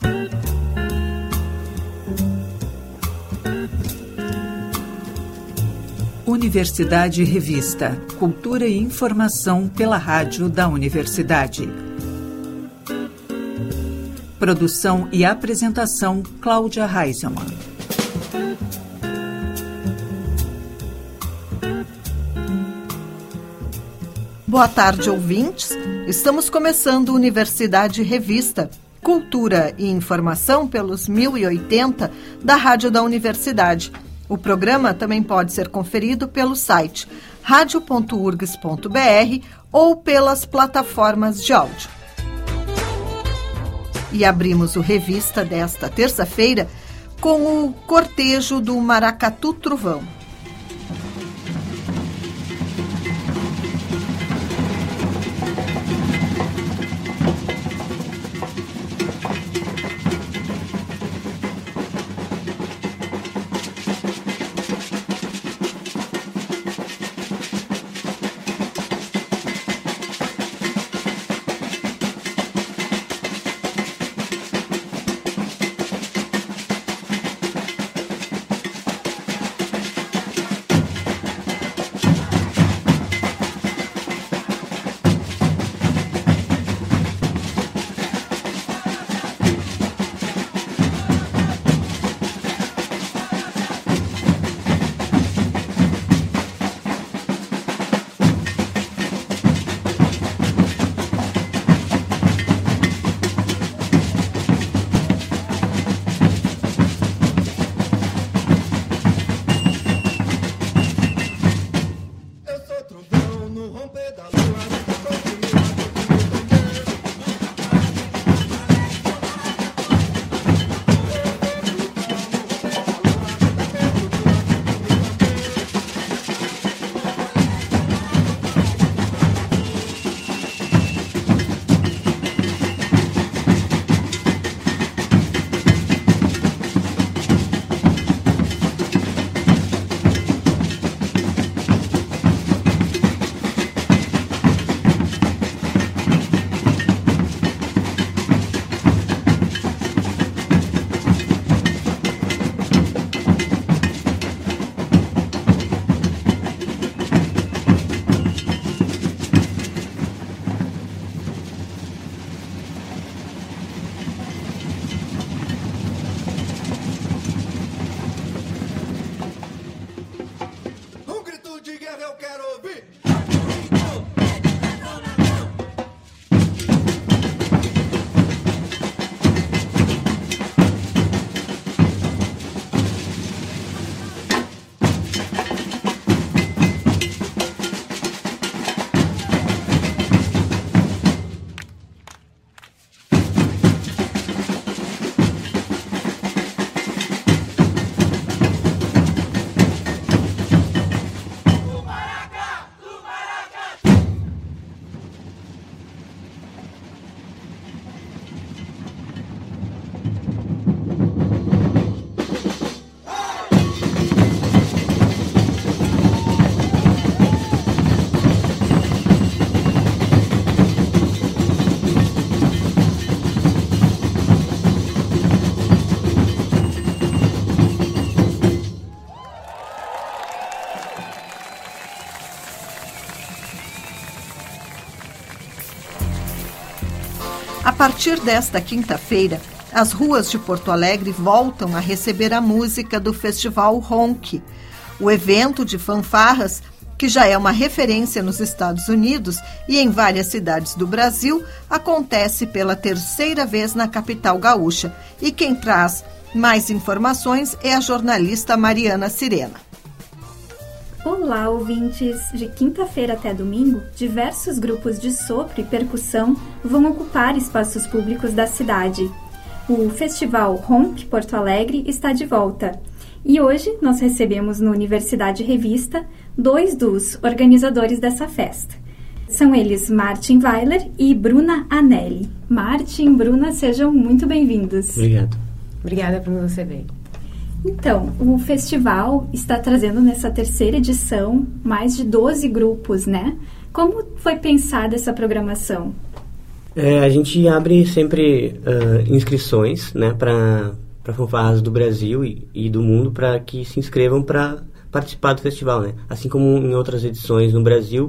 Universidade Revista. Cultura e informação pela rádio da Universidade. Produção e apresentação, Cláudia Heiselmann. Boa tarde, ouvintes. Estamos começando Universidade Revista, Cultura e informação pelos 1080 da Rádio da Universidade. O programa também pode ser conferido pelo site radio.urgs.br ou pelas plataformas de áudio. E abrimos o Revista desta terça-feira com o cortejo do Maracatu Trovão. A partir desta quinta-feira, as ruas de Porto Alegre voltam a receber a música do Festival Ronk. O evento de fanfarras, que já é uma referência nos Estados Unidos e em várias cidades do Brasil, acontece pela terceira vez na capital gaúcha. E quem traz mais informações é a jornalista Mariana Sirena. Olá, ouvintes! De quinta-feira até domingo, diversos grupos de sopro e percussão vão ocupar espaços públicos da cidade. O Festival Ronk Porto Alegre está de volta. E hoje nós recebemos no Universidade Revista 2 dos organizadores dessa festa. São eles Martin Weiler e Bruna Anelli. Martin, Bruna, sejam muito bem-vindos. Obrigado. Obrigada por nos receber. Então, o festival está trazendo nessa terceira edição mais de 12 grupos, né? Como foi pensada essa programação? A gente abre sempre inscrições, né, para fanfarras do Brasil e do mundo, para que se inscrevam para participar do festival, né? Assim como em outras edições no Brasil,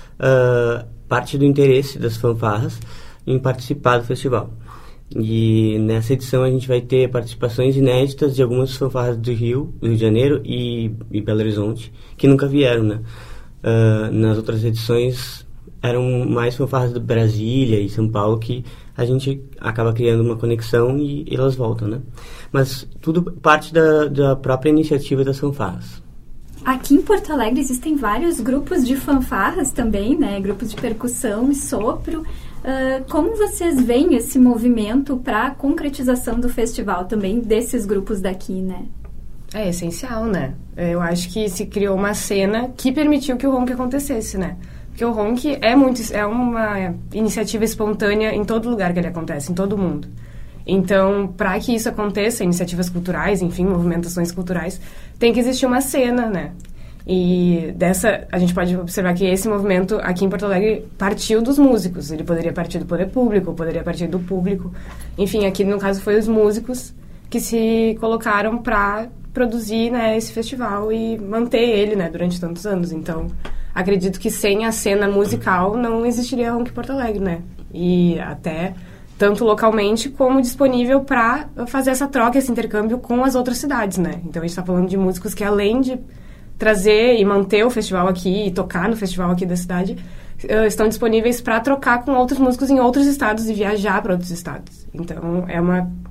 parte do interesse das fanfarras em participar do festival. E nessa edição a gente vai ter participações inéditas de algumas fanfarras do Rio de Janeiro e Belo Horizonte, que nunca vieram, né? Nas outras edições eram mais fanfarras de Brasília e São Paulo, que a gente acaba criando uma conexão e elas voltam, né? Mas tudo parte da própria iniciativa das fanfarras. Aqui em Porto Alegre existem vários grupos de fanfarras também, né? Grupos de percussão e sopro. Como vocês veem esse movimento para a concretização do festival também, desses grupos daqui, né? É essencial, né? Eu acho que se criou uma cena que permitiu que o Ronk acontecesse, né? Porque o Ronk é uma iniciativa espontânea em todo lugar que ele acontece, em todo mundo. Então, para que isso aconteça, iniciativas culturais, enfim, movimentações culturais, tem que existir uma cena, né? E a gente pode observar que esse movimento aqui em Porto Alegre partiu dos músicos. Ele poderia partir do poder público, poderia partir do público. Enfim, aqui no caso foi os músicos que se colocaram para produzir, né, esse festival e manter ele, né, durante tantos anos. Então, acredito que sem a cena musical não existiria Ronk Porto Alegre, né? E até tanto localmente como disponível para fazer essa troca, esse intercâmbio com as outras cidades, né? Então, a gente está falando de músicos que, além de trazer e manter o festival aqui e tocar no festival aqui da cidade, estão disponíveis para trocar com outros músicos em outros estados e viajar para outros estados. Então, é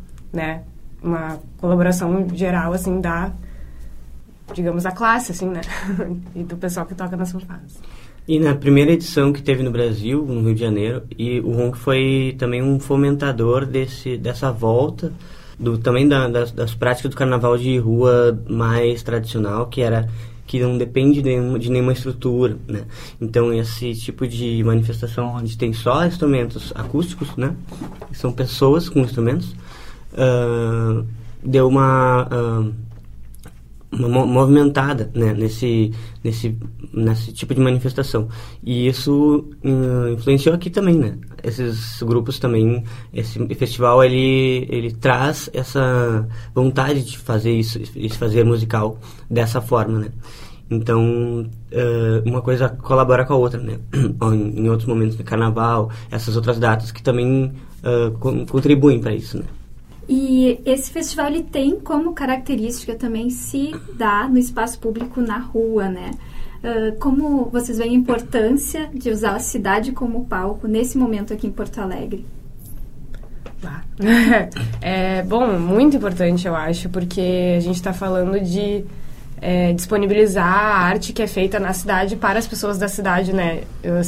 uma colaboração geral, assim, digamos, da classe, assim, né? E do pessoal que toca nas fanfarras. E na primeira edição que teve no Brasil, no Rio de Janeiro, e o Ronk foi também um fomentador dessa volta, também das práticas do carnaval de rua mais tradicional, que não depende de nenhuma estrutura, né? Então, esse tipo de manifestação onde tem só instrumentos acústicos, né? São pessoas com instrumentos, deu uma movimentada, né, nesse tipo de manifestação. E isso influenciou aqui também, né? Esses grupos também, esse festival, ele traz essa vontade de fazer isso, esse fazer musical dessa forma, né? Então, uma coisa colabora com a outra, né? Em outros momentos do carnaval, essas outras datas que também contribuem para isso, né? E esse festival, ele tem como característica também se dar no espaço público na rua, né? Como vocês veem a importância de usar a cidade como palco nesse momento aqui em Porto Alegre? Bom, muito importante, eu acho, porque a gente está falando de disponibilizar a arte que é feita na cidade para as pessoas da cidade, né?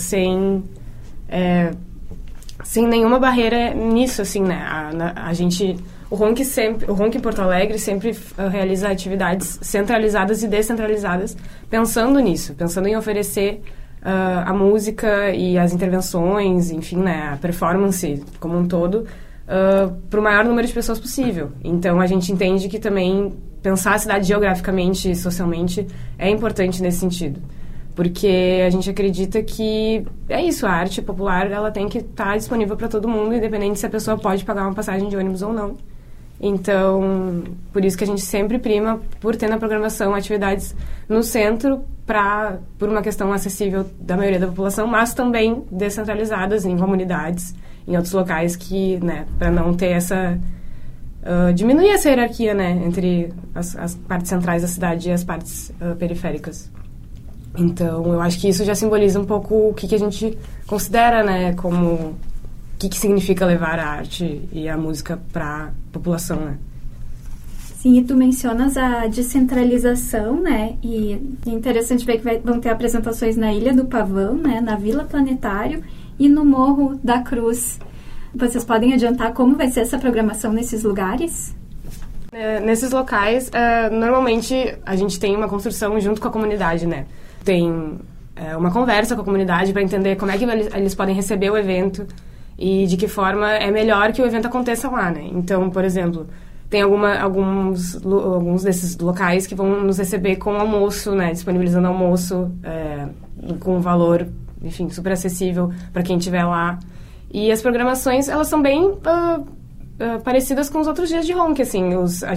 Sem nenhuma barreira nisso, assim, né? O Ronk Porto Alegre sempre realiza atividades centralizadas e descentralizadas, pensando nisso, pensando em oferecer a música e as intervenções, enfim, né? A performance como um todo, para o maior número de pessoas possível. Então, a gente entende que também pensar a cidade geograficamente e socialmente é importante nesse sentido. Porque a gente acredita que é isso, a arte popular, ela tem que estar disponível para todo mundo, independente se a pessoa pode pagar uma passagem de ônibus ou não. Então, por isso que a gente sempre prima por ter na programação atividades no centro por uma questão acessível da maioria da população, mas também descentralizadas em comunidades, em outros locais que, né, para não ter essa... diminuir essa hierarquia, né, entre as partes centrais da cidade e as partes periféricas. Então, eu acho que isso já simboliza um pouco o que a gente considera, né, como... O que significa levar a arte e a música para a população, né? Sim, e tu mencionas a descentralização, né? E é interessante ver que vão ter apresentações na Ilha do Pavão, né? Na Vila Planetário e no Morro da Cruz. Vocês podem adiantar como vai ser essa programação nesses lugares? Nesses locais, normalmente a gente tem uma construção junto com a comunidade, né? Tem uma conversa com a comunidade para entender como é que eles podem receber o evento e de que forma é melhor que o evento aconteça lá, né? Então, por exemplo, tem alguns desses locais que vão nos receber com almoço, né? Disponibilizando almoço com um valor, enfim, super acessível para quem estiver lá. E as programações, elas são bem parecidas com os outros dias de ronk, assim.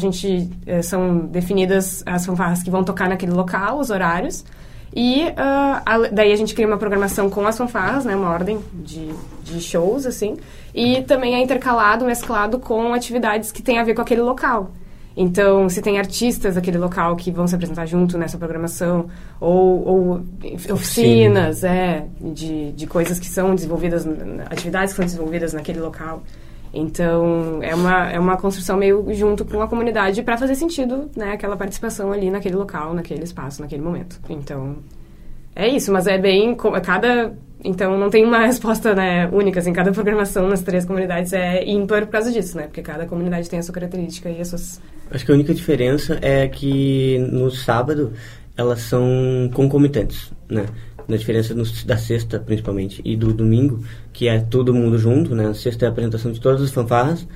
São definidas as fanfarras que vão tocar naquele local, os horários. E daí a gente cria uma programação com as fanfarras, né? Uma ordem de shows, assim. E também é intercalado, mesclado com atividades que têm a ver com aquele local. Então, se tem artistas daquele local que vão se apresentar junto nessa programação, ou oficinas, de coisas que são desenvolvidas, atividades que são desenvolvidas naquele local. Então, é uma construção meio junto com a comunidade para fazer sentido, né, aquela participação ali naquele local, naquele espaço, naquele momento. Então, é isso, mas é bem... Então, não tem uma resposta, né, única, assim, cada programação nas 3 comunidades é ímpar por causa disso, né, porque cada comunidade tem a sua característica e as suas... Acho que a única diferença é que no sábado elas são concomitantes, né, na diferença da sexta, principalmente, e do domingo, que é todo mundo junto, né, a sexta é a apresentação de todas as fanfarras,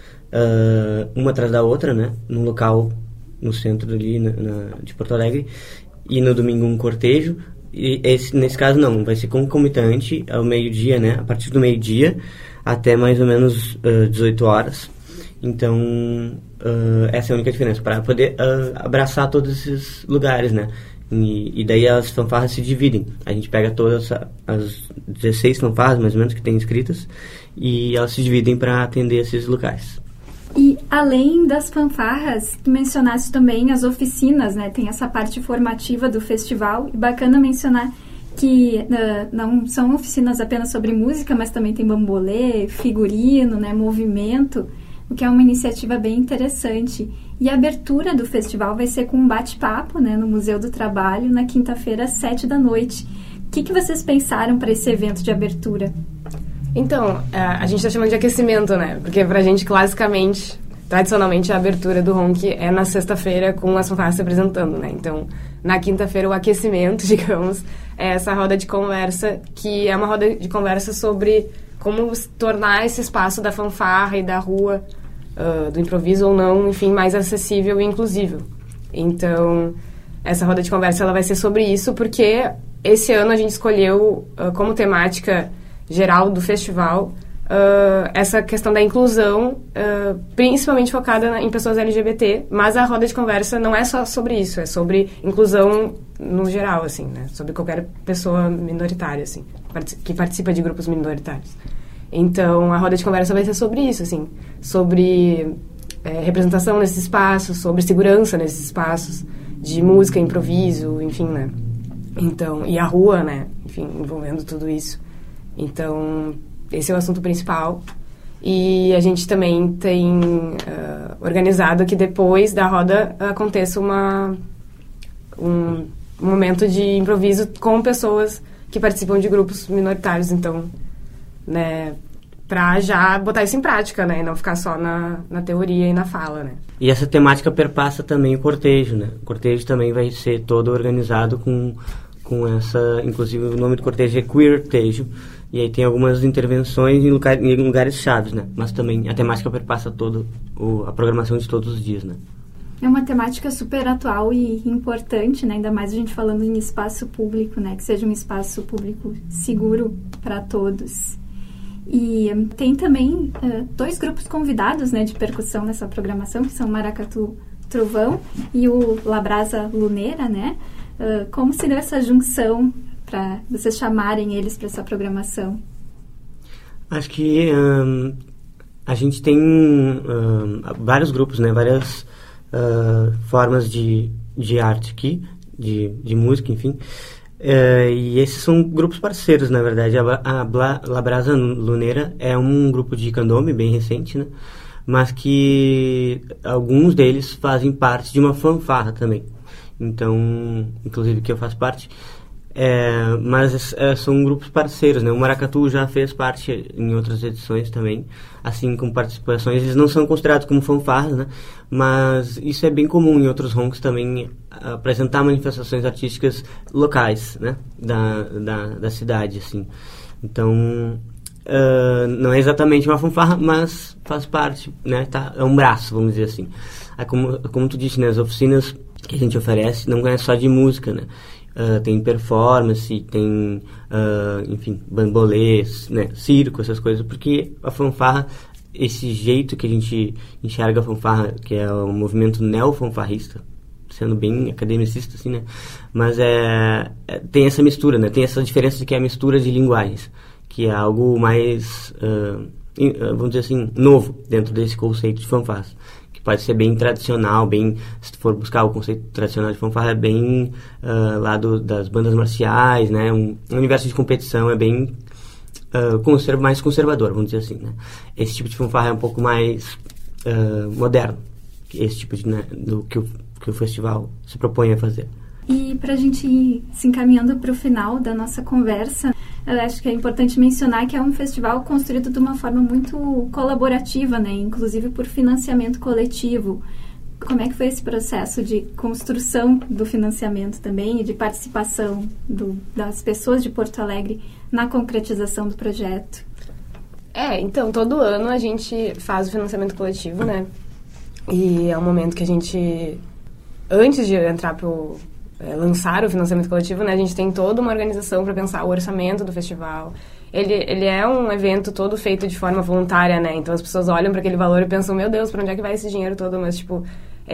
uma atrás da outra, né, num local no centro ali de Porto Alegre, e no domingo um cortejo. E nesse caso não, vai ser concomitante ao meio-dia, né? A partir do meio-dia até mais ou menos 18 horas. Então, essa é a única diferença, para poder abraçar todos esses lugares, né? E daí as fanfarras se dividem. A gente pega todas as 16 fanfarras, mais ou menos, que tem inscritas, e elas se dividem para atender esses locais. E além das fanfarras, tu mencionaste também as oficinas, né? Tem essa parte formativa do festival. E bacana mencionar que não são oficinas apenas sobre música, mas também tem bambolê, figurino, né? Movimento, o que é uma iniciativa bem interessante. E a abertura do festival vai ser com um bate-papo, né? No Museu do Trabalho, na quinta-feira, às 7h. O que vocês pensaram para esse evento de abertura? Então, a gente está chamando de aquecimento, né? Porque pra gente, classicamente, tradicionalmente, a abertura do ronk é na sexta-feira com as fanfarras se apresentando, né? Então, na quinta-feira, o aquecimento, digamos, é essa roda de conversa, que é uma roda de conversa sobre como tornar esse espaço da fanfarra e da rua, do improviso ou não, enfim, mais acessível e inclusivo. Então, essa roda de conversa ela vai ser sobre isso, porque esse ano a gente escolheu como temática geral do festival, essa questão da inclusão, principalmente focada em pessoas LGBT, mas a roda de conversa não é só sobre isso, é sobre inclusão no geral, assim, né? Sobre qualquer pessoa minoritária, assim, que participa de grupos minoritários. Então, a roda de conversa vai ser sobre isso, assim, sobre representação nesses espaços, sobre segurança nesses espaços, de música, improviso, enfim, né? Então, e a rua, né? Enfim, envolvendo tudo isso. Então, esse é o assunto principal. E a gente também tem organizado que depois da roda aconteça um momento de improviso com pessoas que participam de grupos minoritários. Então, né, pra já botar isso em prática, né, e não ficar só na teoria e na fala, né. E essa temática perpassa também o cortejo, né. O cortejo também vai ser todo organizado com essa, inclusive o nome do cortejo é Queertejo. E aí tem algumas intervenções em lugares chaves, né? Mas também a temática perpassa toda a programação de todos os dias, né? É uma temática super atual e importante, né? Ainda mais a gente falando em espaço público, né? Que seja um espaço público seguro para todos. E tem também 2 grupos convidados, né? De percussão nessa programação, que são Maracatu Trovão e o Labrasa Luneira, né? Como se deu essa junção para vocês chamarem eles para essa programação? Acho que a gente tem vários grupos, né? Várias formas de arte aqui, de música, enfim. E esses são grupos parceiros, na verdade. A Labrasa Luneira é um grupo de candomblé bem recente, né? Mas que alguns deles fazem parte de uma fanfarra também. Então, inclusive que eu faço parte. Mas são grupos parceiros, né? O Maracatu já fez parte em outras edições também, assim como participações. Eles não são considerados como fanfarras, né? Mas isso é bem comum em outros ronks também, apresentar manifestações artísticas locais, né? Da cidade, assim. Então, não é exatamente uma fanfarra, mas faz parte, né? É um braço, vamos dizer assim. Como tu disse, né? As oficinas que a gente oferece não é só de música, né? tem performance, tem, enfim, bambolês, né, circo, essas coisas, porque a fanfarra, esse jeito que a gente enxerga a fanfarra, que é um movimento neofanfarrista, sendo bem academicista, assim, né, mas tem essa mistura, né, tem essa diferença de que é a mistura de linguagens, que é algo mais, vamos dizer assim, novo dentro desse conceito de fanfarras. Pode ser bem tradicional, se tu for buscar o conceito tradicional de fanfarra, é bem lá das bandas marciais, né? Um universo de competição é bem mais conservador, vamos dizer assim, né? Esse tipo de fanfarra é um pouco mais moderno, esse tipo do que o festival se propõe a fazer. E para a gente ir se encaminhando para o final da nossa conversa, eu acho que é importante mencionar que é um festival construído de uma forma muito colaborativa, né? Inclusive por financiamento coletivo. Como é que foi esse processo de construção do financiamento também e de participação das pessoas de Porto Alegre na concretização do projeto? Então, todo ano a gente faz o financiamento coletivo, né? E é um momento que a gente, antes de entrar lançar o financiamento coletivo, né, a gente tem toda uma organização para pensar o orçamento do festival. Ele é um evento todo feito de forma voluntária, né, então as pessoas olham para aquele valor e pensam, meu Deus, para onde é que vai esse dinheiro todo? Mas, tipo,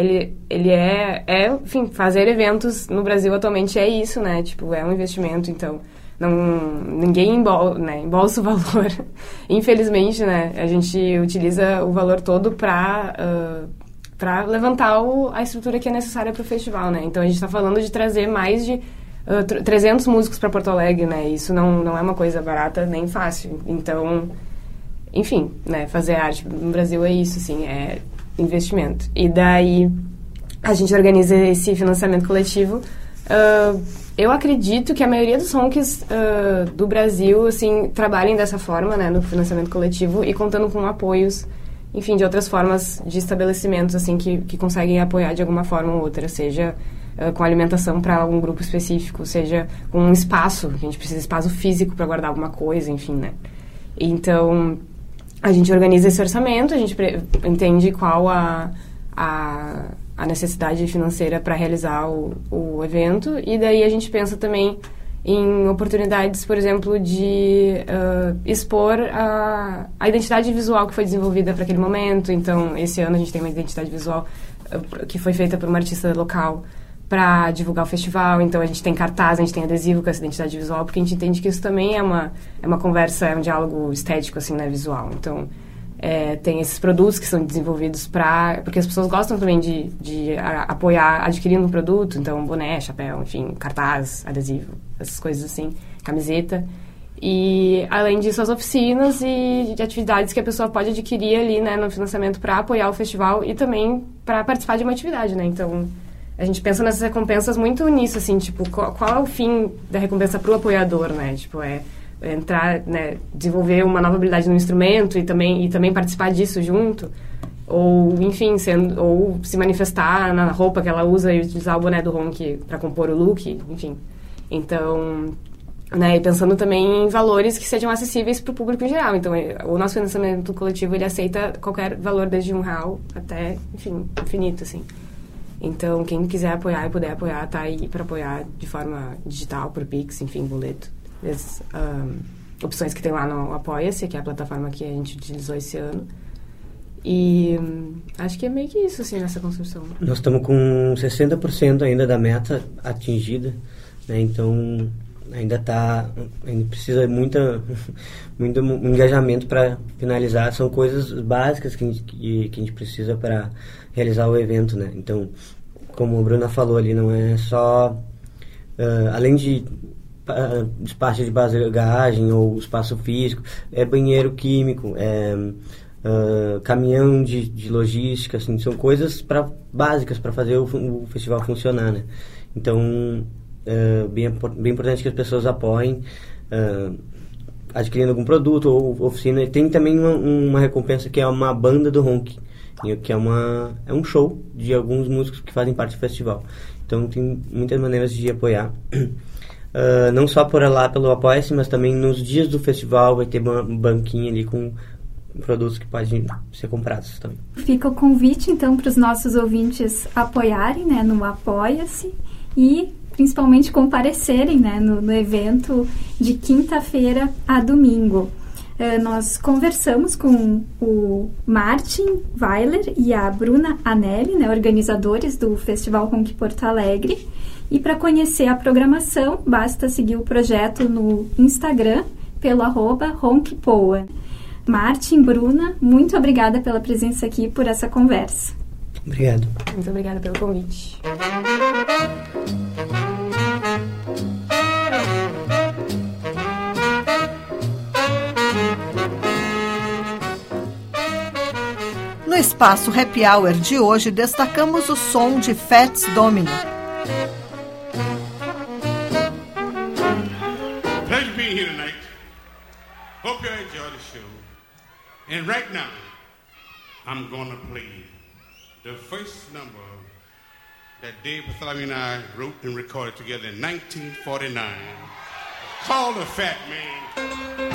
enfim, fazer eventos no Brasil atualmente é isso, né, tipo, é um investimento, então ninguém embolsa o valor. Infelizmente, né, a gente utiliza o valor todo para levantar a estrutura que é necessária para o festival, né? Então, a gente está falando de trazer mais de 300 músicos para Porto Alegre, né? Isso não é uma coisa barata nem fácil. Então, enfim, né? Fazer arte no Brasil é isso, assim, é investimento. E daí, a gente organiza esse financiamento coletivo. Eu acredito que a maioria dos ronks do Brasil, assim, trabalhem dessa forma, né? No financiamento coletivo e contando com apoios, enfim, de outras formas de estabelecimentos, assim, que conseguem apoiar de alguma forma ou outra, seja com alimentação para algum grupo específico, seja com um espaço, a gente precisa de espaço físico para guardar alguma coisa, enfim, né? Então, a gente organiza esse orçamento, a gente entende qual a necessidade financeira para realizar o evento, e daí a gente pensa também em oportunidades, por exemplo, de expor a identidade visual que foi desenvolvida para aquele momento. Então, esse ano a gente tem uma identidade visual que foi feita por uma artista local para divulgar o festival. Então, a gente tem cartaz, a gente tem adesivo com essa identidade visual, porque a gente entende que isso também é uma conversa, é um diálogo estético, assim, né, visual. Então, tem esses produtos que são desenvolvidos porque as pessoas gostam também de apoiar adquirindo um produto, então boné, chapéu, enfim, cartaz, adesivo, essas coisas assim, camiseta. E além disso, as oficinas e de atividades que a pessoa pode adquirir ali, né, no financiamento para apoiar o festival e também para participar de uma atividade, né? Então, a gente pensa nessas recompensas muito nisso, assim, tipo, qual é o fim da recompensa para o apoiador, né? Tipo, entrar, né, desenvolver uma nova habilidade no instrumento e também participar disso junto, ou, enfim, ou se manifestar na roupa que ela usa e utilizar o boné do ronk para compor o look, enfim. Então, né, e pensando também em valores que sejam acessíveis para o público em geral. Então, o nosso financiamento coletivo, ele aceita qualquer valor desde R$1 até, enfim, infinito, assim. Então, quem quiser apoiar e puder apoiar, tá aí para apoiar de forma digital, por Pix, enfim, boleto. As opções que tem lá no Apoia-se, que é a plataforma que a gente utilizou esse ano. E acho que é meio que isso, assim, nessa construção. Nós estamos com 60% ainda da meta atingida, né? Então, ainda precisa muito engajamento para finalizar. São coisas básicas que a gente precisa para realizar o evento, né? Então, como a Bruna falou ali, não é só... além de espaço de bagagem ou espaço físico, banheiro químico, caminhão de logística, assim, são coisas básicas para fazer o festival funcionar, né? Então, bem importante que as pessoas apoiem adquirindo algum produto ou oficina. E tem também uma recompensa que é uma banda do ronk, que é um show de alguns músicos que fazem parte do festival. Então, tem muitas maneiras de apoiar. Não só por lá pelo Apoia-se, mas também nos dias do festival vai ter uma banquinha ali com produtos que podem ser comprados também. Fica o convite, então, para os nossos ouvintes apoiarem, né, no Apoia-se. E principalmente comparecerem, né, no evento de quinta-feira a domingo. Nós conversamos com o Martin Weiler e a Bruna Anelli, né, organizadores do Festival Ronk Porto Alegre. E para conhecer a programação, basta seguir o projeto no Instagram pelo @ronkpoa. Martin, Bruna, muito obrigada pela presença aqui e por essa conversa. Obrigado. Muito obrigada pelo convite. No espaço Happy Hour de hoje, destacamos o som de Fats Domino. Pleasure being here tonight. Hope you enjoy the show. And right now, I'm going to play the first number that Dave Bartholomew and I wrote and recorded together in 1949, called The Fat Man.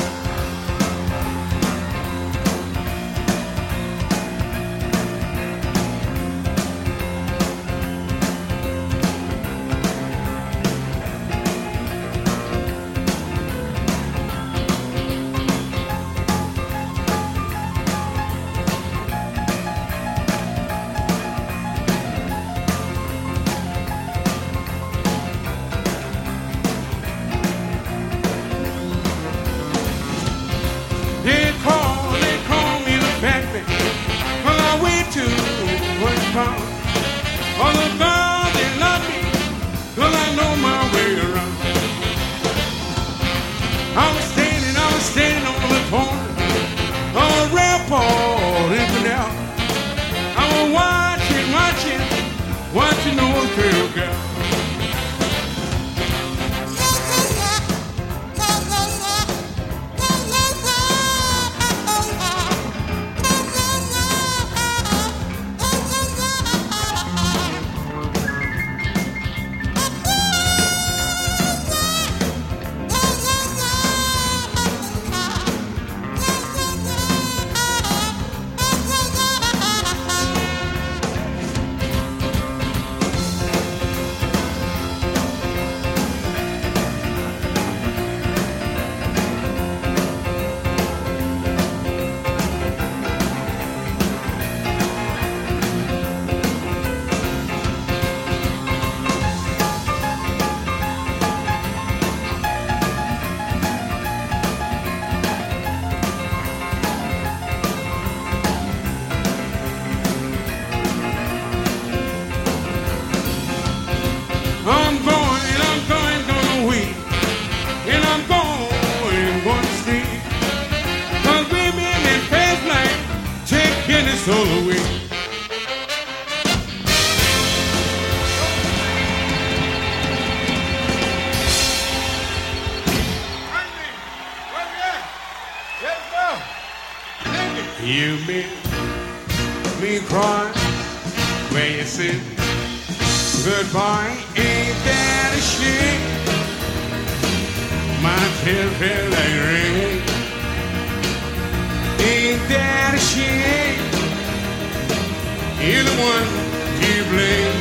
You make me cry when you say goodbye. Ain't that a shame? My tears feel like rain. Ain't that a shame? You're the one to blame.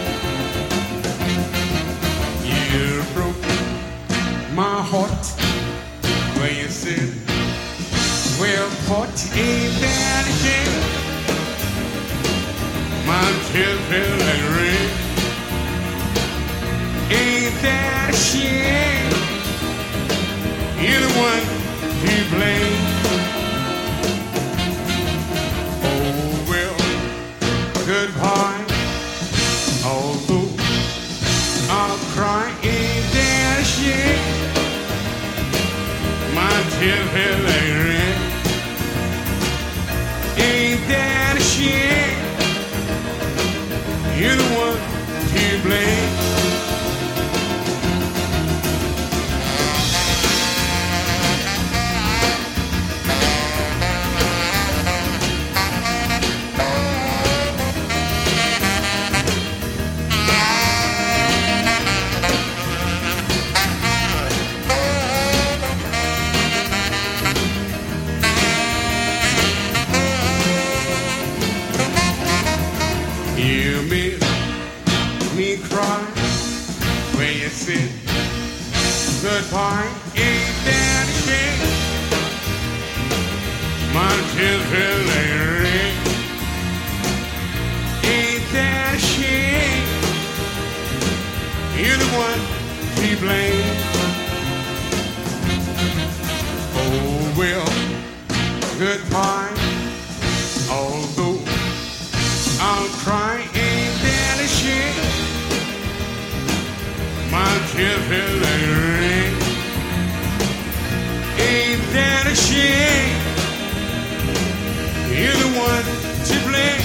You broke my heart when you said, well, pot, ain't that a shame? My tears feel like rain. Ain't that a shame? You're the one to blame. Oh, well, goodbye. Although I'll cry, ain't that a shame? My tears feel like rain. Ain't that a shame? You're the one to blame. You made me cry kiss it. Goodbye, ain't that a shame? My tears feel like rain. Ain't that a shame? You're the one to blame. Oh well, goodbye. Although I'll cry, ain't that a shame? My tears feel like rain. Ain't that a shame? You're the one to blame.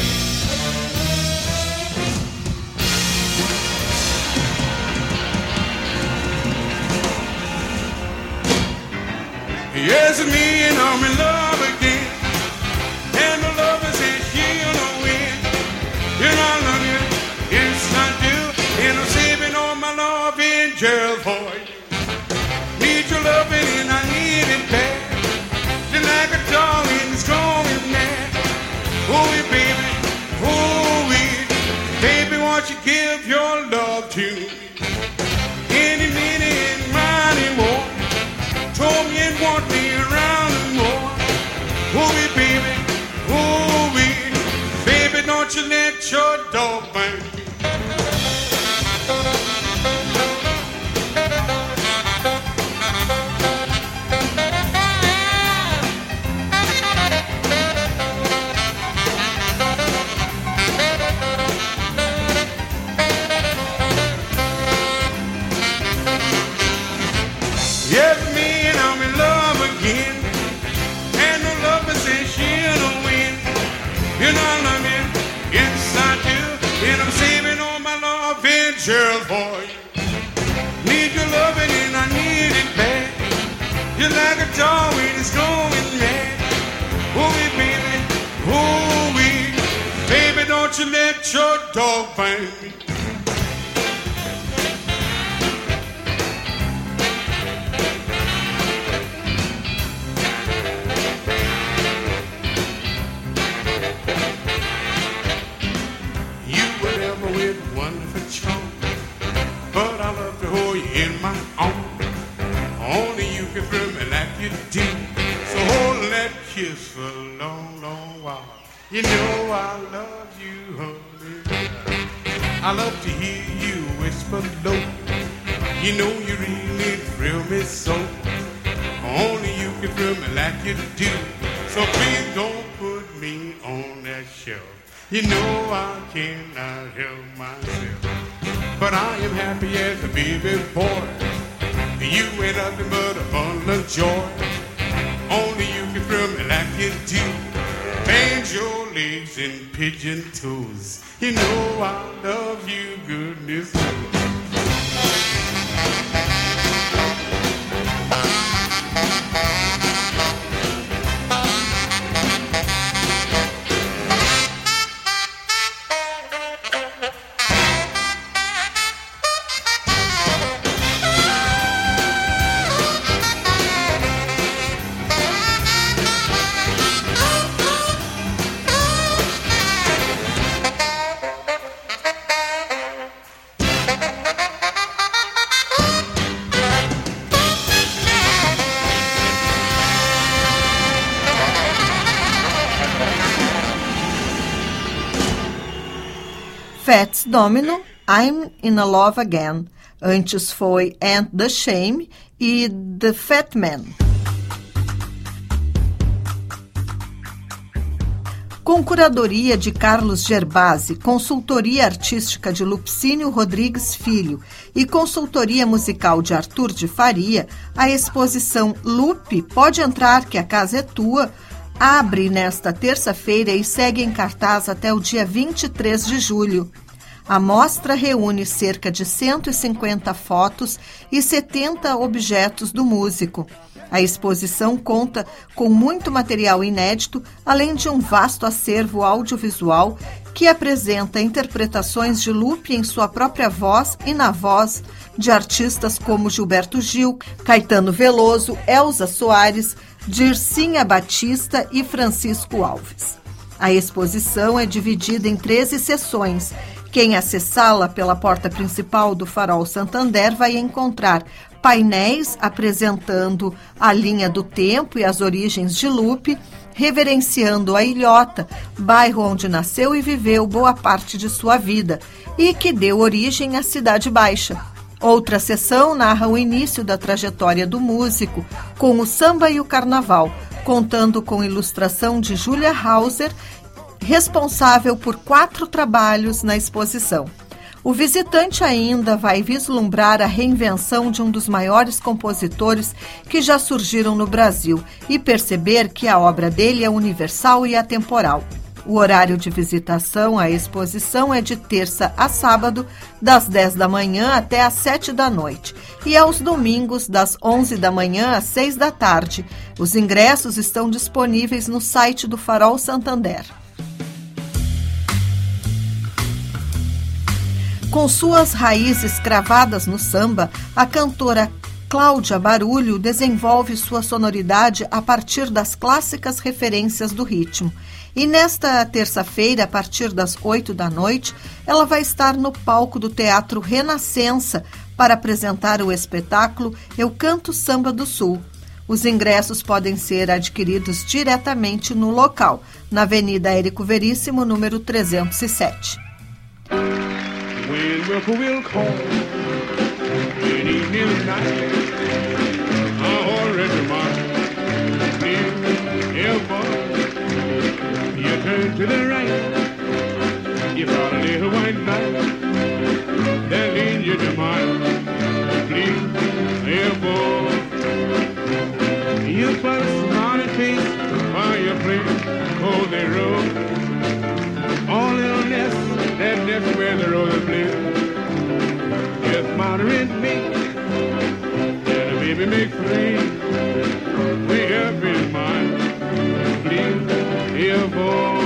Yes, me and I'm in love again. And the lover says she'll win. You know I love you, yes I do. And I'm saving all my love in jail for you. Need your loving and I need it bad. Just like a dog in the strong and mad. Ooh, baby, ooh, baby, won't you give your love to me? Any minute and mine more. Told me and want me around and more. Ooh, baby, ooh, baby, don't you let your dog bite me. Yes, me and I'm in love again. And the lover says she'll win. You know I love you, yes I do. And I'm saving all my love in jail for you. Need your loving and I need it bad. You're like a dog when it's going mad. Ooh, baby, ooh, baby, don't you let your dog bite me. Wonderful charm, but I love to hold you in my arms. Only you can thrill me like you do. So hold that kiss for a long, long while. You know I love you, honey. I love to hear you whisper low. You know you really thrill me so. Only you can thrill me like you do. So please don't put me on that shelf. You know I cannot help myself, but I am happy as a baby boy. You ain't nothing but a bundle of joy. Only you can thrill me like you do. Bend your legs and pigeon toes. You know I love you, goodness knows. Fats Domino, I'm in Love Again. Antes foi And the Shame e The Fat Man. Com curadoria de Carlos Gerbasi, consultoria artística de Lupcínio Rodrigues Filho e consultoria musical de Arthur de Faria, a exposição Lupe, Pode Entrar que a Casa é Tua, abre nesta terça-feira e segue em cartaz até o dia 23 de julho. A mostra reúne cerca de 150 fotos e 70 objetos do músico. A exposição conta com muito material inédito, além de um vasto acervo audiovisual que apresenta interpretações de Lupe em sua própria voz e na voz de artistas como Gilberto Gil, Caetano Veloso, Elza Soares, Dircinha Batista e Francisco Alves. A exposição é dividida em 13 sessões, Quem acessá-la pela porta principal do Farol Santander vai encontrar painéis apresentando a linha do tempo e as origens de Lupe, reverenciando a Ilhota, bairro onde nasceu e viveu boa parte de sua vida e que deu origem à Cidade Baixa. Outra sessão narra o início da trajetória do músico com o samba e o carnaval, contando com ilustração de Julia Hauser, responsável por 4 trabalhos na exposição. O visitante ainda vai vislumbrar a reinvenção de um dos maiores compositores que já surgiram no Brasil e perceber que a obra dele é universal e atemporal. O horário de visitação à exposição é de terça a sábado, das 10 da manhã até às 7 da noite, e aos domingos, das 11 da manhã às 6 da tarde. Os ingressos estão disponíveis no site do Farol Santander. Com suas raízes cravadas no samba, a cantora Cláudia Barulho desenvolve sua sonoridade a partir das clássicas referências do ritmo. E nesta terça-feira, a partir das 8 da noite, ela vai estar no palco do Teatro Renascença para apresentar o espetáculo Eu Canto Samba do Sul. Os ingressos podem ser adquiridos diretamente no local, na Avenida Érico Veríssimo, número 307. When will call, good evening night, already mine, you turn to the right, you found a little white light, that leads you to mine, please, boy, you find a smiling face while you play Cozy Road, all little nest, that's where the road is blue. Just moderate me, and a baby make free. Way up in mine, please, dear boy.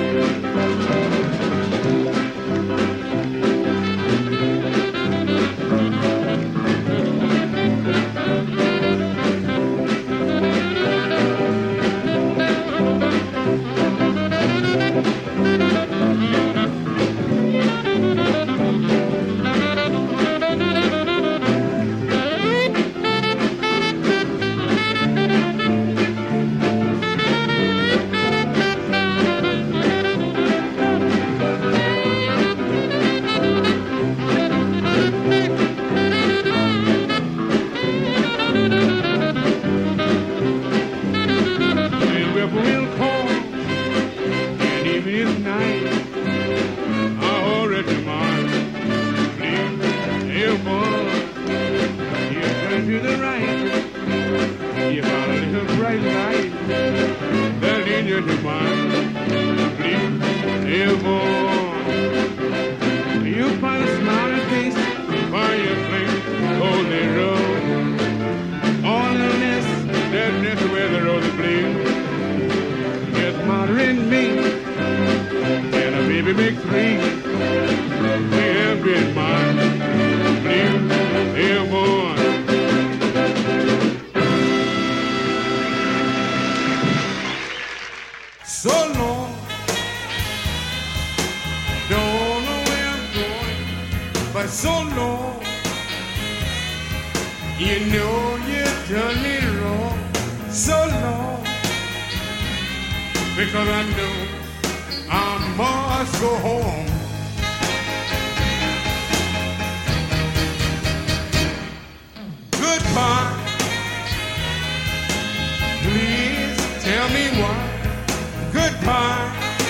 Because I know I must go home. Goodbye. Please tell me why. Goodbye.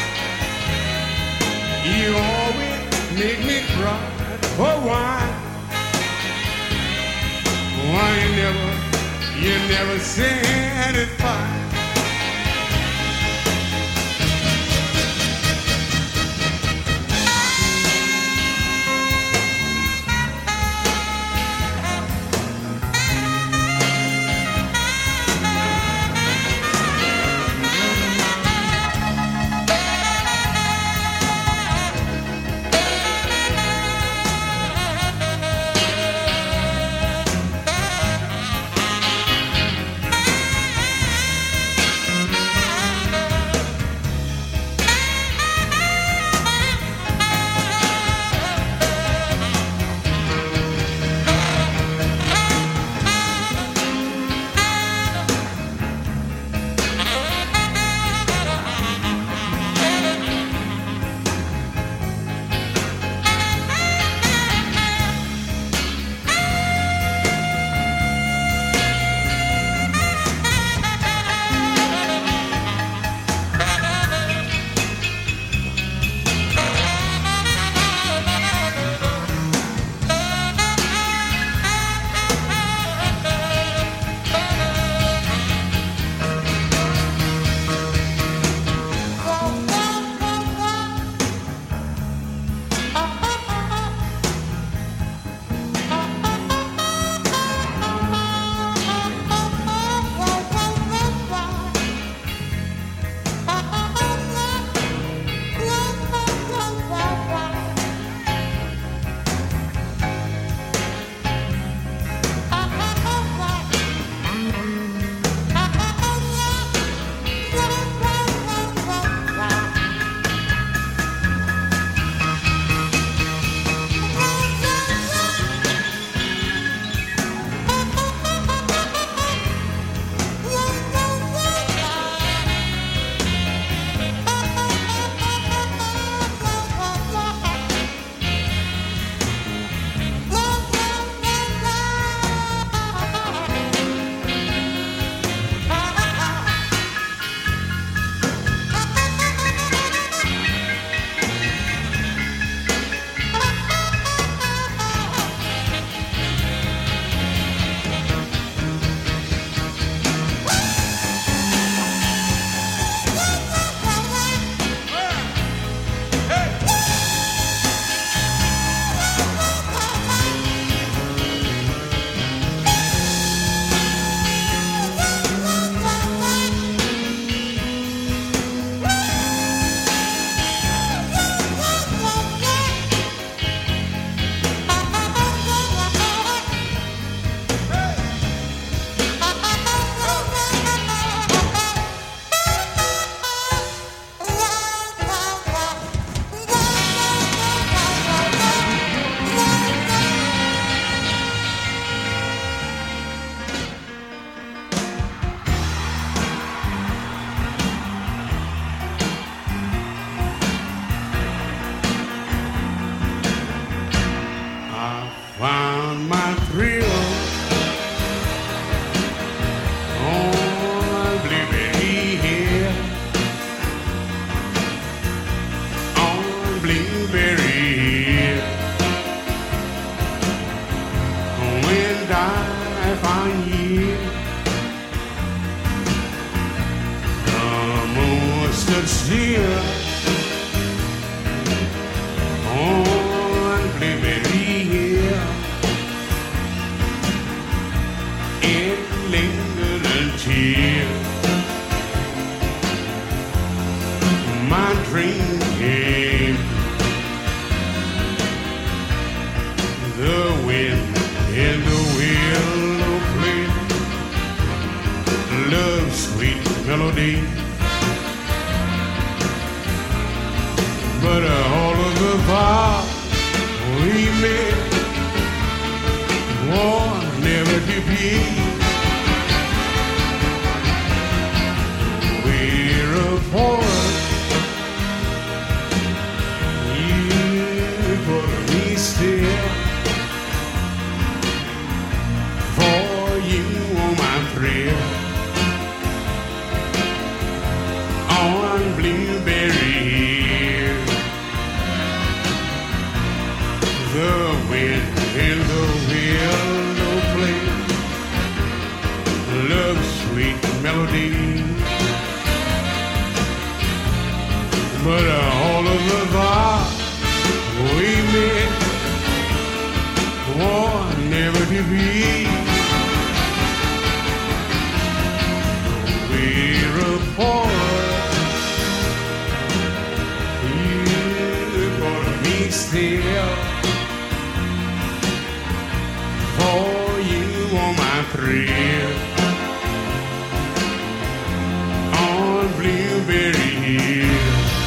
You always make me cry. Oh, why? Why you never satisfy? Blueberry Hill. When I find you, the moon stood still on Blueberry Hill. It lingered until my dream came. The wind in the willow played love's sweet melody, but all of the vows we made war never to be. We're apart. You put me still. For you on my thrill. On Blueberry Hill. The wind in the willow play love's sweet melody, but all of the vows we made war never to be. We're apart. You gonna be still. For you on my thrill. On Blueberry Hill.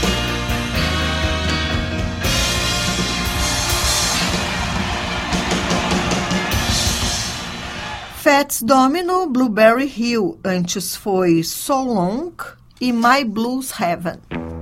Fats Domino, Blueberry Hill. Antes foi So Long e My Blues Heaven.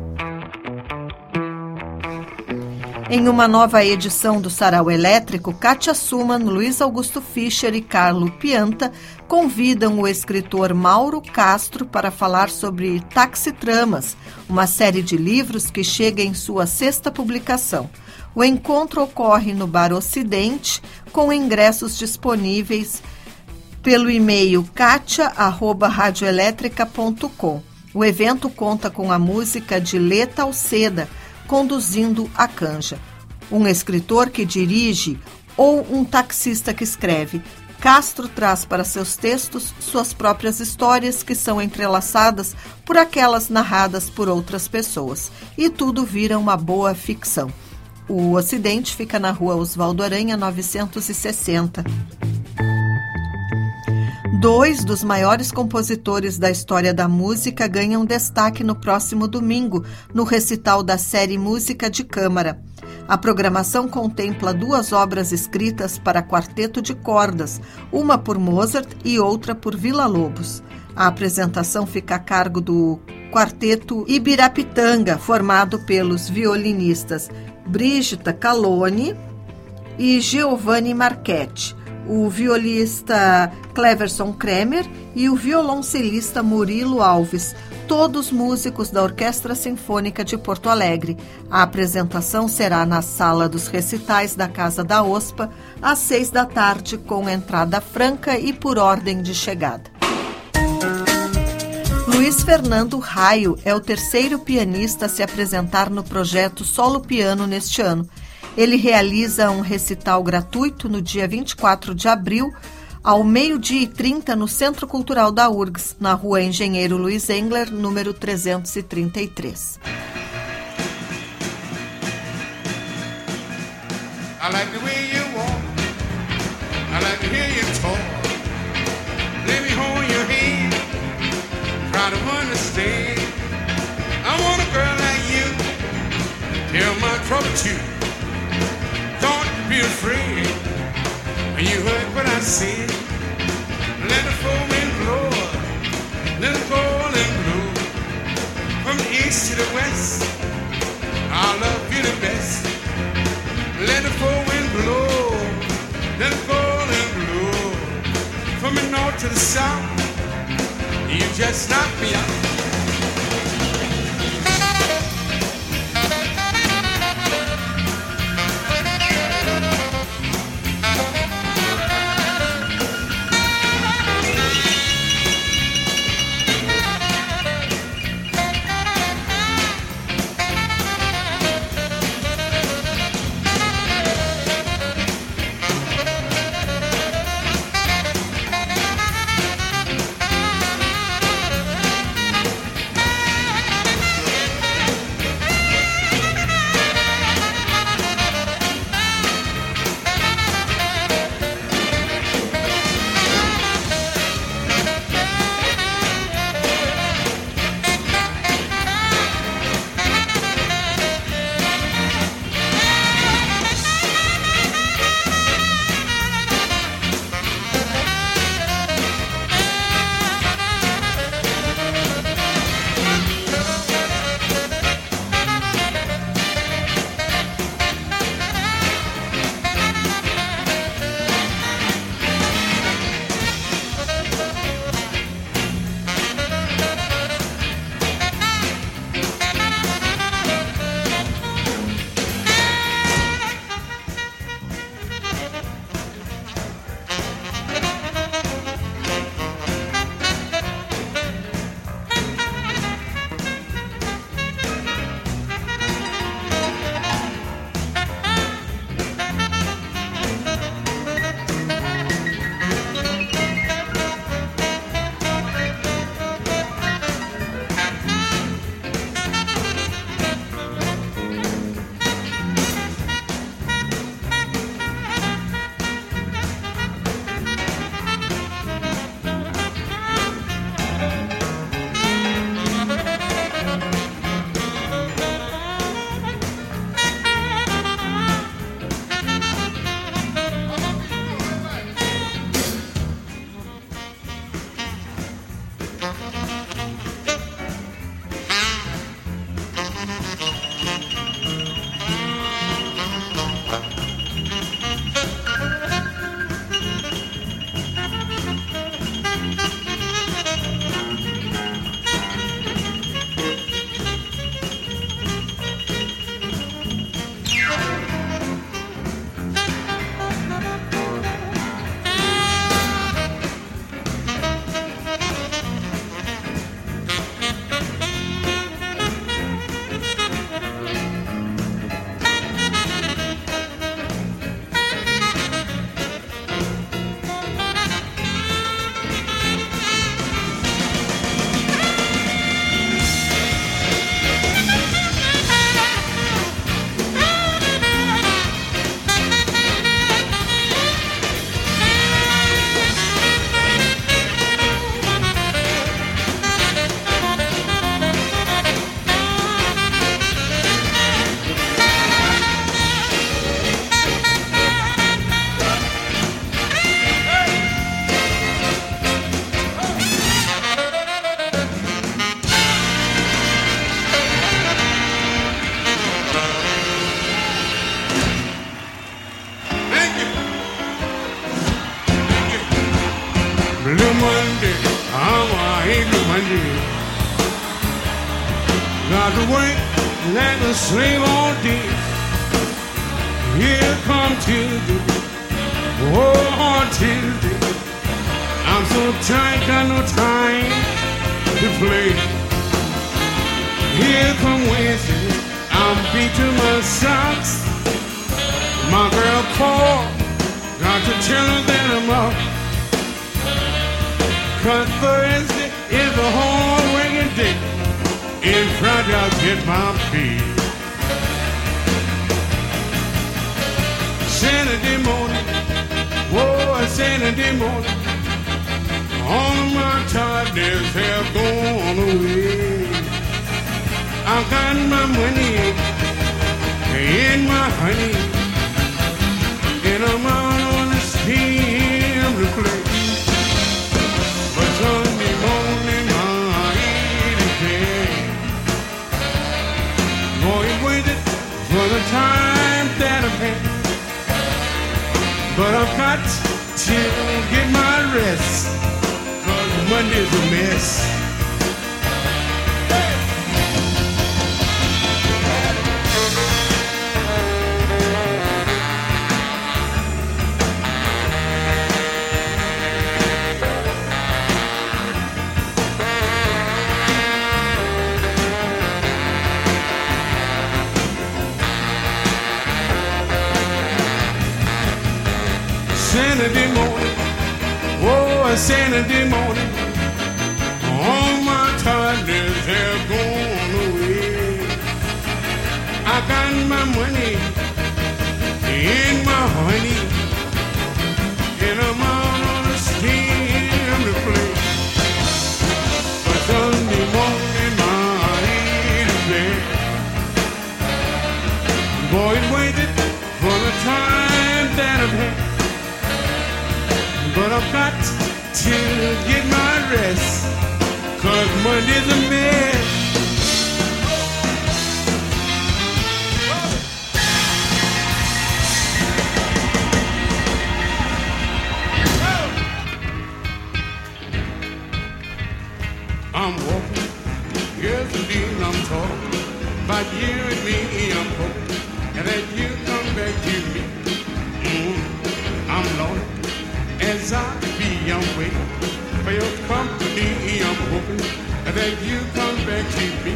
Em uma nova edição do Sarau Elétrico, Kátia Suman, Luiz Augusto Fischer e Carlo Pianta convidam o escritor Mauro Castro para falar sobre Taxitramas, uma série de livros que chega em sua 6ª publicação. O encontro ocorre no Bar Ocidente, com ingressos disponíveis pelo e-mail katia@radioelétrica.com. O evento conta com a música de Leta Alceda, conduzindo a canja. Um escritor que dirige ou um taxista que escreve. Castro traz para seus textos suas próprias histórias que são entrelaçadas por aquelas narradas por outras pessoas. E tudo vira uma boa ficção. O Ocidente fica na rua Osvaldo Aranha, 960. 2 dos maiores compositores da história da música ganham destaque no próximo domingo, no recital da série Música de Câmara. A programação contempla 2 obras escritas para quarteto de cordas, uma por Mozart e outra por Villa-Lobos. A apresentação fica a cargo do quarteto Ibirapitanga, formado pelos violinistas Brigitta Caloni e Giovanni Marchetti, o violista Cleverson Kremer e o violoncelista Murilo Alves, todos músicos da Orquestra Sinfônica de Porto Alegre. A apresentação será na Sala dos Recitais da Casa da OSPA, às 6 da tarde, com entrada franca e por ordem de chegada. Luiz Fernando Raio é o 3º pianista a se apresentar no projeto Solo Piano neste ano. Ele realiza um recital gratuito no dia 24 de abril, ao 12h30, no Centro Cultural da URGS, na Rua Engenheiro Luiz Engler, número 333. I like the way you walk, I like to hear you talk. Let me hold your hand, try to understand. I want a girl like you, tell my trouble to you. Don't be afraid, you heard what I said. Let the full wind blow, let the cold and blow. From the east to the west, I love you the best. Let the full wind blow, let the cold and blow. From the north to the south, you just knock me out. Blue Monday, I hate Blue Monday. Got to work like a slave all day. Here come Tuesday, oh Tuesday. I'm so tired, got no time to play. Here come Wednesday, I'm beat to my socks. My girl called, got to tell her that I'm up. 'Cause Thursday is a whole working day. In Friday I'll get my pay. Saturday morning, whoa, Saturday morning, all of my tiredness have gone away. I've got my money and my honey, and I'm out on the steam to play. But Sunday morning, my head is dead. Boy, waited for the time that I've had, but I've got to get my rest, 'cause Monday's a mess. Saturday morning, oh, Saturday morning, all my tiredness have gone away. I got my money and my honey, and I'm out on the steam to play. But Sunday morning, my head is bad. Boy, waited for the time that I've had, but I've got to get my rest, 'cause Monday's a mess. I'm walking, yes indeed I'm talking about you and me. I'm hoping that you come back to me. I'm lonely as I be, I'm waiting for your company. I'm hoping that you come back to me.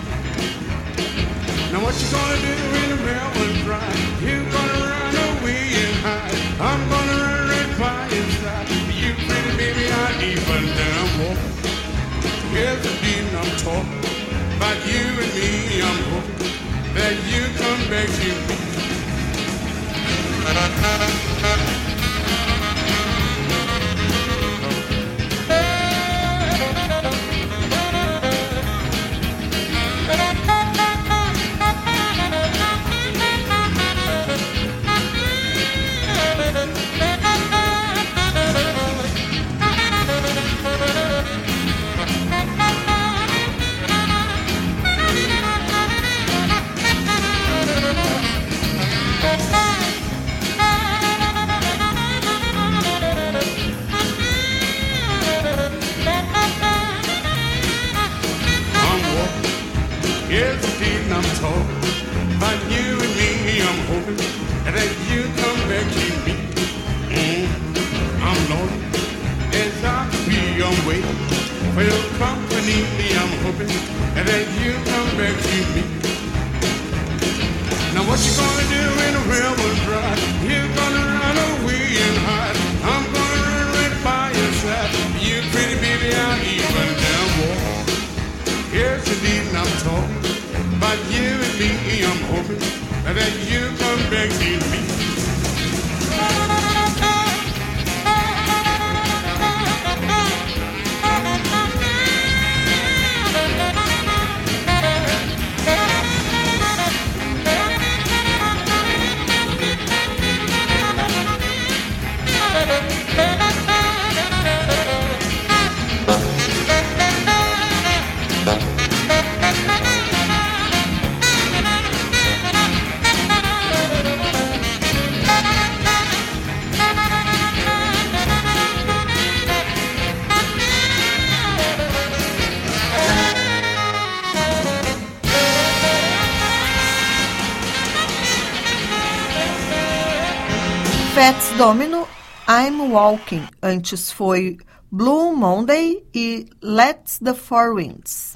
Now what you gonna do when the mailman dry? You gonna run away and hide? I'm gonna run right by your side. You pretty baby, I even then I'm walking. Yes indeed I'm talking about you and me. I'm hoping that you come back to me. Yes, indeed, I'm talking about you and me. I'm hoping that you come back to me. I'm lonely as I be. I'm waiting for your company. I'm hoping that you come back to me. Now what you gonna do when the well was dry? You gonna run away and hide? I'm gonna run right by your side. You pretty baby, I'll even down walk. Yes, indeed, I'm talking about you and me. I'm hoping that you come back to me. Fats Domino, I'm Walking. Antes foi Blue Monday e Let the Four Winds.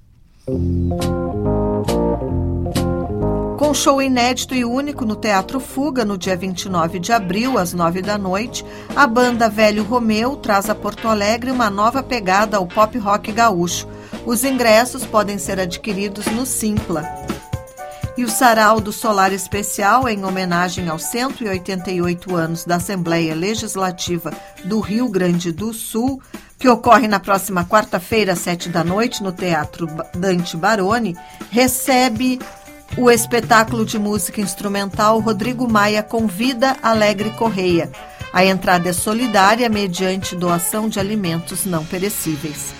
Com show inédito e único no Teatro Fuga, no dia 29 de abril, às 21h, a banda Velho Romeu traz a Porto Alegre uma nova pegada ao pop rock gaúcho. Os ingressos podem ser adquiridos no Simpla. E o Sarau do Solar Especial, em homenagem aos 188 anos da Assembleia Legislativa do Rio Grande do Sul, que ocorre na próxima quarta-feira, às 19h, no Teatro Dante Baroni, recebe o espetáculo de música instrumental Rodrigo Maia Convida Alegre Correia. A entrada é solidária mediante doação de alimentos não perecíveis.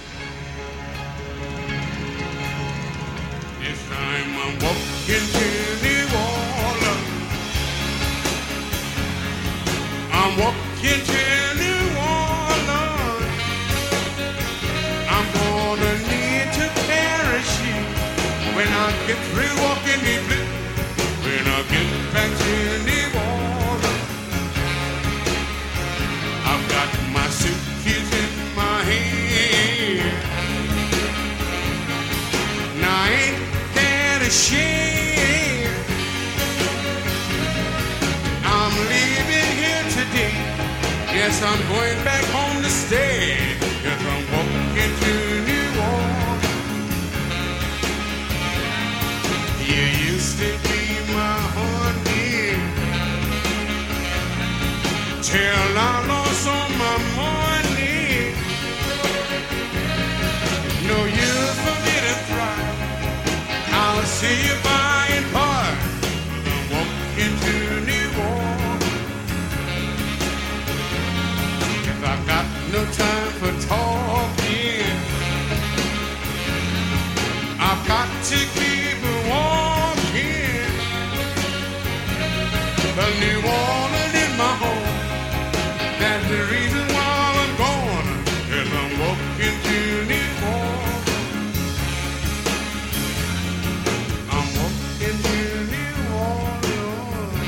When I get through walking the blue, when I get back to New Orleans, I've got my suitcase in my hand. Now ain't that a shame? I'm leaving here today. Yes, I'm going back home to stay. Yes, I'm walking to New Orleans. You used to be my honey till I lost all my money. No use for me to try. I'll see you by and by. I'm walking to New Orleans. If I've got no time for talking, I've got to keep walking. But New Orleans is my home. That's the reason why I'm gone. As I'm walking to New Orleans, I'm walking to New Orleans.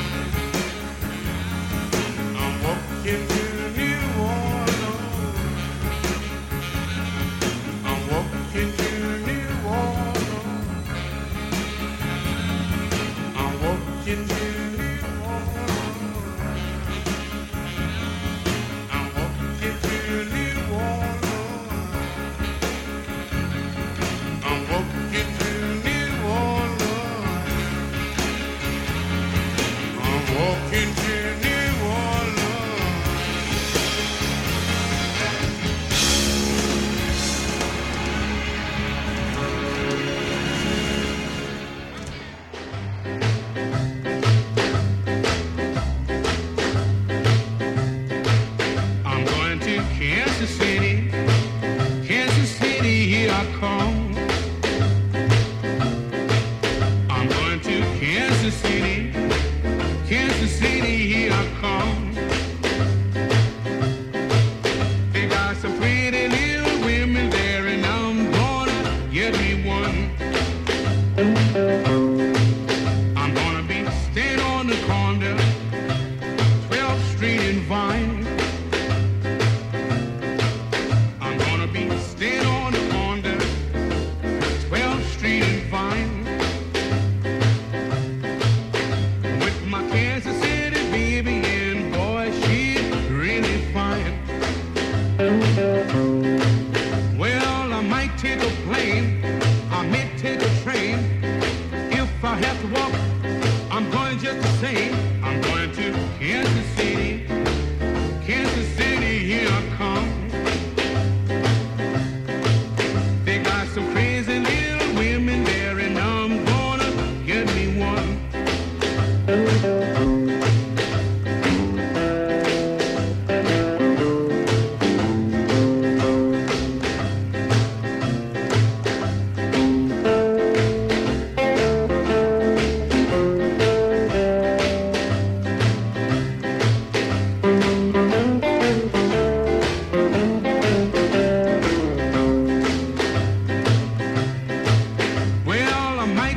I'm walking to New Orleans. I'm walking to New Orleans. I'm walking to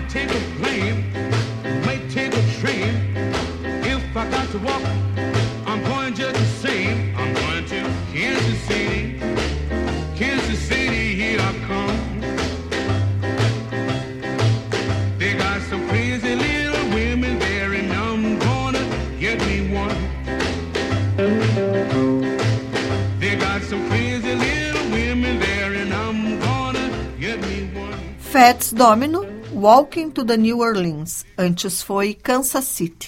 to walk. Fats Domino, Walking to the New Orleans. Antes foi Kansas City.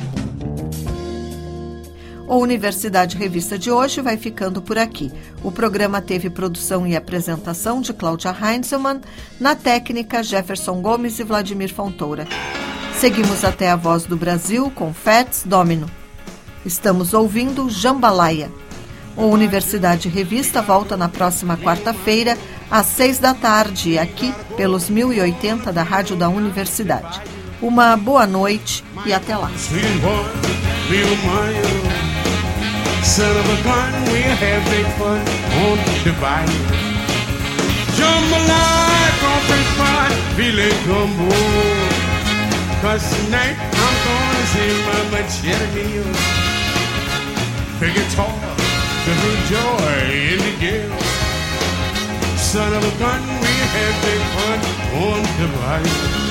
O Universidade Revista de hoje vai ficando por aqui. O programa teve produção e apresentação de Cláudia Heinzelmann, na técnica Jefferson Gomes e Vladimir Fontoura. Seguimos até a Voz do Brasil com Fats Domino. Estamos ouvindo Jambalaya. O Universidade Revista volta na próxima quarta-feira, às 6h, aqui pelos 1080 da Rádio da Universidade. Uma boa noite e até lá. Son of a gun, we'll have big fun on the bayou. Jambalaya, company fun, feeling gumbo. 'Cause tonight I'm gonna see my machete meal. Big guitar, the joy in the gale. Son of a gun, we'll have big fun on the bayou.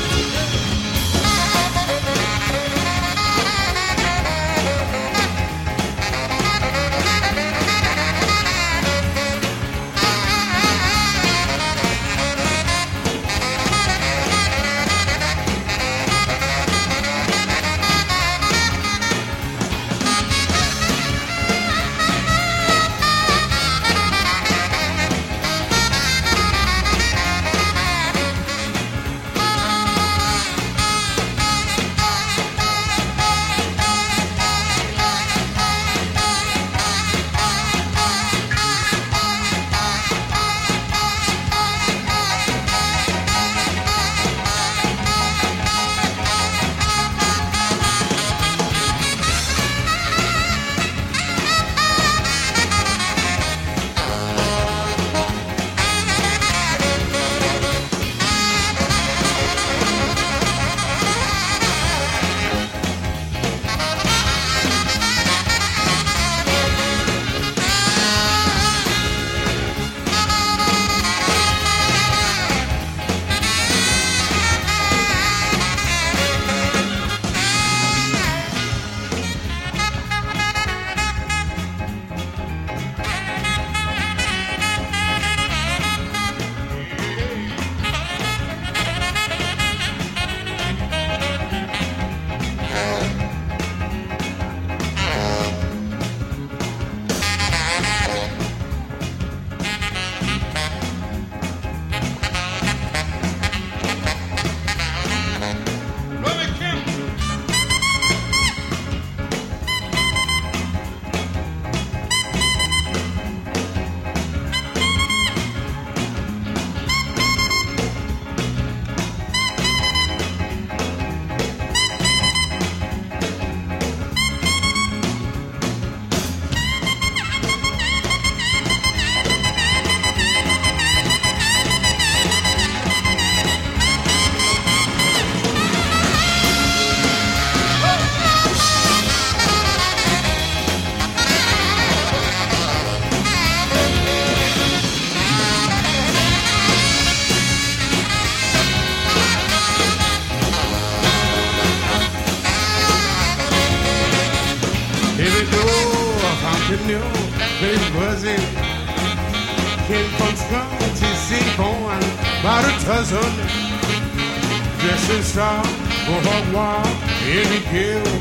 Dressing strong for hog wild in the kill.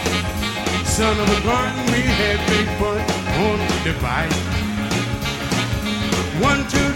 Son of a gun, we had big fun on the bike. 1, 2